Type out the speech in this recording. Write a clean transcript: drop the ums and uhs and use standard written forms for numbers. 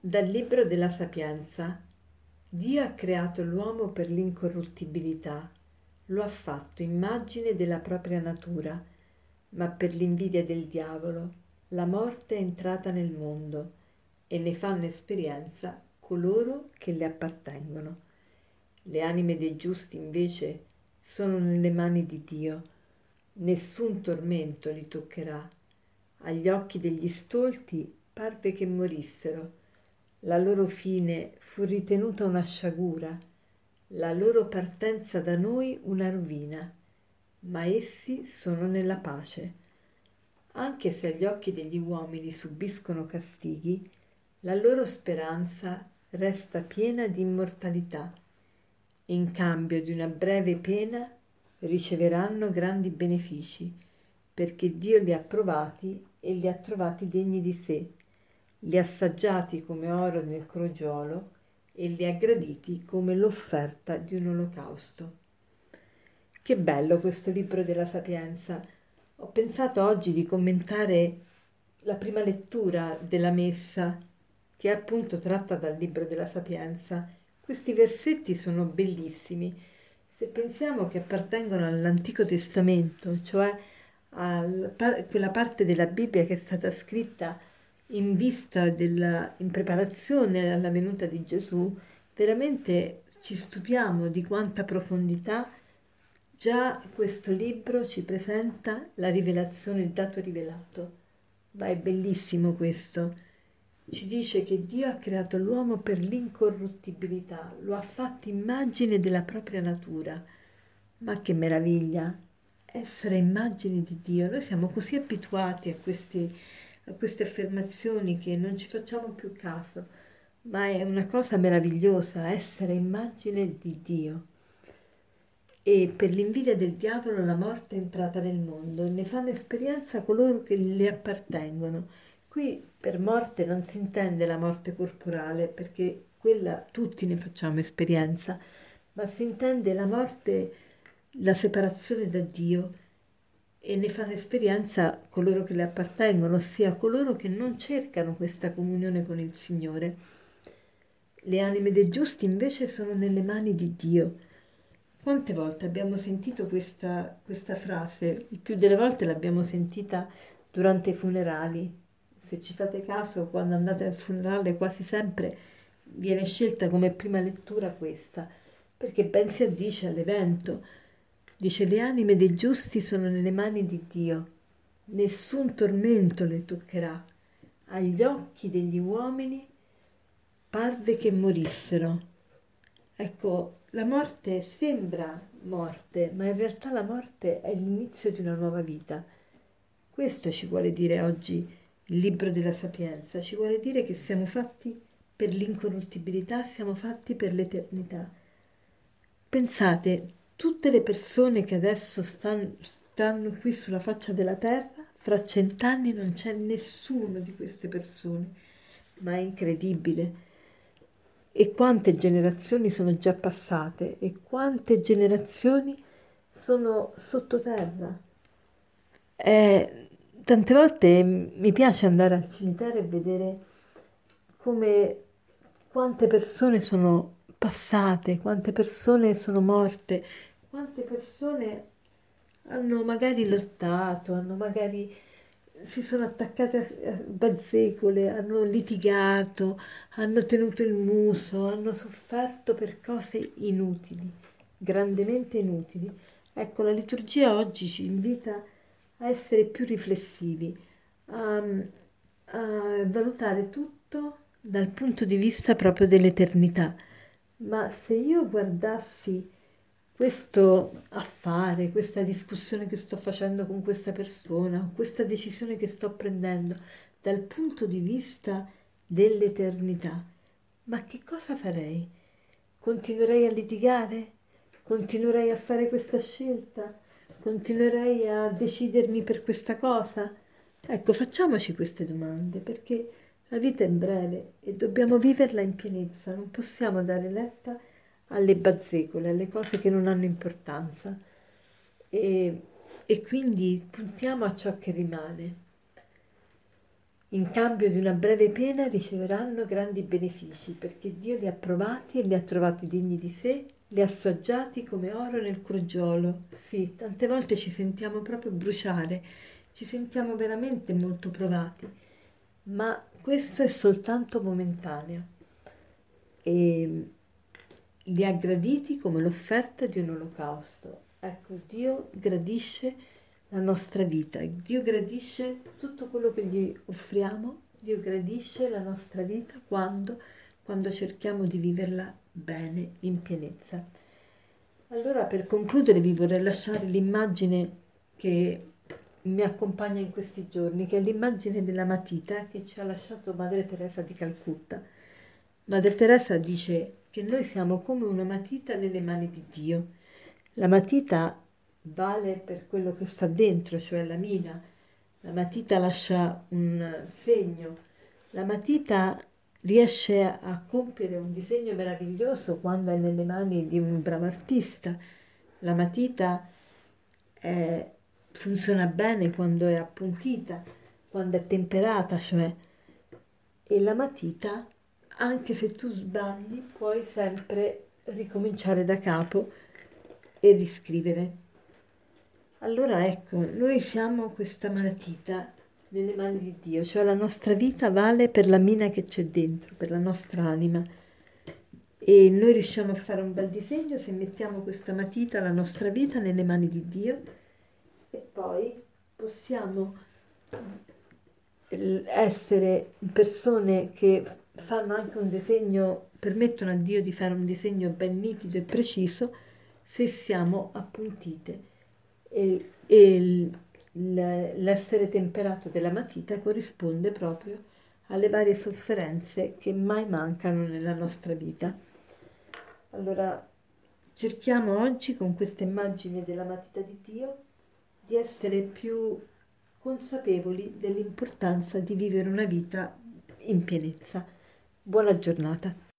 Dal Libro della Sapienza. Dio ha creato l'uomo per l'incorruttibilità, lo ha fatto immagine della propria natura, ma per l'invidia del diavolo la morte è entrata nel mondo e ne fanno esperienza coloro che le appartengono. Le anime dei giusti invece sono nelle mani di Dio, nessun tormento li toccherà. Agli occhi degli stolti parve che morissero. La loro fine fu ritenuta una sciagura, la loro partenza da noi una rovina, ma essi sono nella pace. Anche se agli occhi degli uomini subiscono castighi, la loro speranza resta piena di immortalità. In cambio di una breve pena riceveranno grandi benefici, perché Dio li ha provati e li ha trovati degni di sé, li ha assaggiati come oro nel crogiolo e li ha graditi come l'offerta di un olocausto. Che bello questo libro della Sapienza! Ho pensato oggi di commentare la prima lettura della Messa, che è appunto tratta dal libro della Sapienza. Questi versetti sono bellissimi. Se pensiamo che appartengono all'Antico Testamento, cioè a quella parte della Bibbia che è stata scritta in preparazione alla venuta di Gesù, veramente ci stupiamo di quanta profondità già questo libro ci presenta la rivelazione, il dato rivelato. Ma è bellissimo questo. Ci dice che Dio ha creato l'uomo per l'incorruttibilità, lo ha fatto immagine della propria natura. Ma che meraviglia! Essere immagini di Dio. Noi siamo così abituati a queste affermazioni che non ci facciamo più caso, ma è una cosa meravigliosa essere immagine di Dio. E per l'invidia del diavolo la morte è entrata nel mondo e ne fanno esperienza coloro che le appartengono. Qui per morte non si intende la morte corporale, perché quella tutti ne facciamo esperienza, ma si intende la morte, la separazione da Dio, e ne fanno esperienza coloro che le appartengono, ossia coloro che non cercano questa comunione con il Signore. Le anime dei giusti invece sono nelle mani di Dio. Quante volte abbiamo sentito questa frase? Il più delle volte l'abbiamo sentita durante i funerali. Se ci fate caso, quando andate al funerale quasi sempre viene scelta come prima lettura questa, perché ben si addice all'evento. Dice: le anime dei giusti sono nelle mani di Dio, nessun tormento le toccherà. Agli occhi degli uomini parve che morissero. Ecco, la morte sembra morte, ma in realtà la morte è l'inizio di una nuova vita. Questo ci vuole dire oggi il libro della Sapienza, ci vuole dire che siamo fatti per l'incorruttibilità, siamo fatti per l'eternità. Pensate, tutte le persone che adesso stanno qui sulla faccia della terra, fra 100 anni non c'è nessuno di queste persone, ma è incredibile. E quante generazioni sono già passate e quante generazioni sono sottoterra. Tante volte mi piace andare al cimitero e vedere come quante persone sono passate, quante persone sono morte, quante persone hanno magari lottato, hanno magari si sono attaccate a bazzecole, hanno litigato, hanno tenuto il muso, hanno sofferto per cose inutili, grandemente inutili. Ecco, la liturgia oggi ci invita a essere più riflessivi, a, a valutare tutto dal punto di vista proprio dell'eternità. Ma se io guardassi questo affare, questa discussione che sto facendo con questa persona, questa decisione che sto prendendo dal punto di vista dell'eternità, ma che cosa farei? Continuerei a litigare? Continuerei a fare questa scelta? Continuerei a decidermi per questa cosa? Ecco, facciamoci queste domande, perché la vita è breve e dobbiamo viverla in pienezza, non possiamo dare retta alle bazzecole, alle cose che non hanno importanza e, e quindi puntiamo a ciò che rimane. In cambio di una breve pena riceveranno grandi benefici, perché Dio li ha provati e li ha trovati degni di sé, li ha assaggiati come oro nel crogiolo. Sì, tante volte ci sentiamo proprio bruciare, ci sentiamo veramente molto provati, ma questo è soltanto momentaneo e li ha graditi come l'offerta di un olocausto. Ecco, Dio gradisce la nostra vita, Dio gradisce tutto quello che gli offriamo, Dio gradisce la nostra vita quando cerchiamo di viverla bene, in pienezza. Allora, per concludere, vi vorrei lasciare l'immagine che mi accompagna in questi giorni, che è l'immagine della matita che ci ha lasciato Madre Teresa di Calcutta. Madre Teresa dice che noi siamo come una matita nelle mani di Dio. La matita vale per quello che sta dentro, cioè la mina. La matita lascia un segno. La matita riesce a compiere un disegno meraviglioso quando è nelle mani di un bravo artista. La matita funziona bene quando è appuntita, quando è temperata, cioè. E la matita, anche se tu sbagli, puoi sempre ricominciare da capo e riscrivere. Allora ecco, noi siamo questa matita nelle mani di Dio, cioè la nostra vita vale per la mina che c'è dentro, per la nostra anima. E noi riusciamo a fare un bel disegno se mettiamo questa matita, la nostra vita, nelle mani di Dio e poi possiamo essere persone che fanno anche un disegno, permettono a Dio di fare un disegno ben nitido e preciso se siamo appuntite e l'essere temperato della matita corrisponde proprio alle varie sofferenze che mai mancano nella nostra vita. Allora, cerchiamo oggi con questa immagine della matita di Dio di essere più consapevoli dell'importanza di vivere una vita in pienezza. Buona giornata.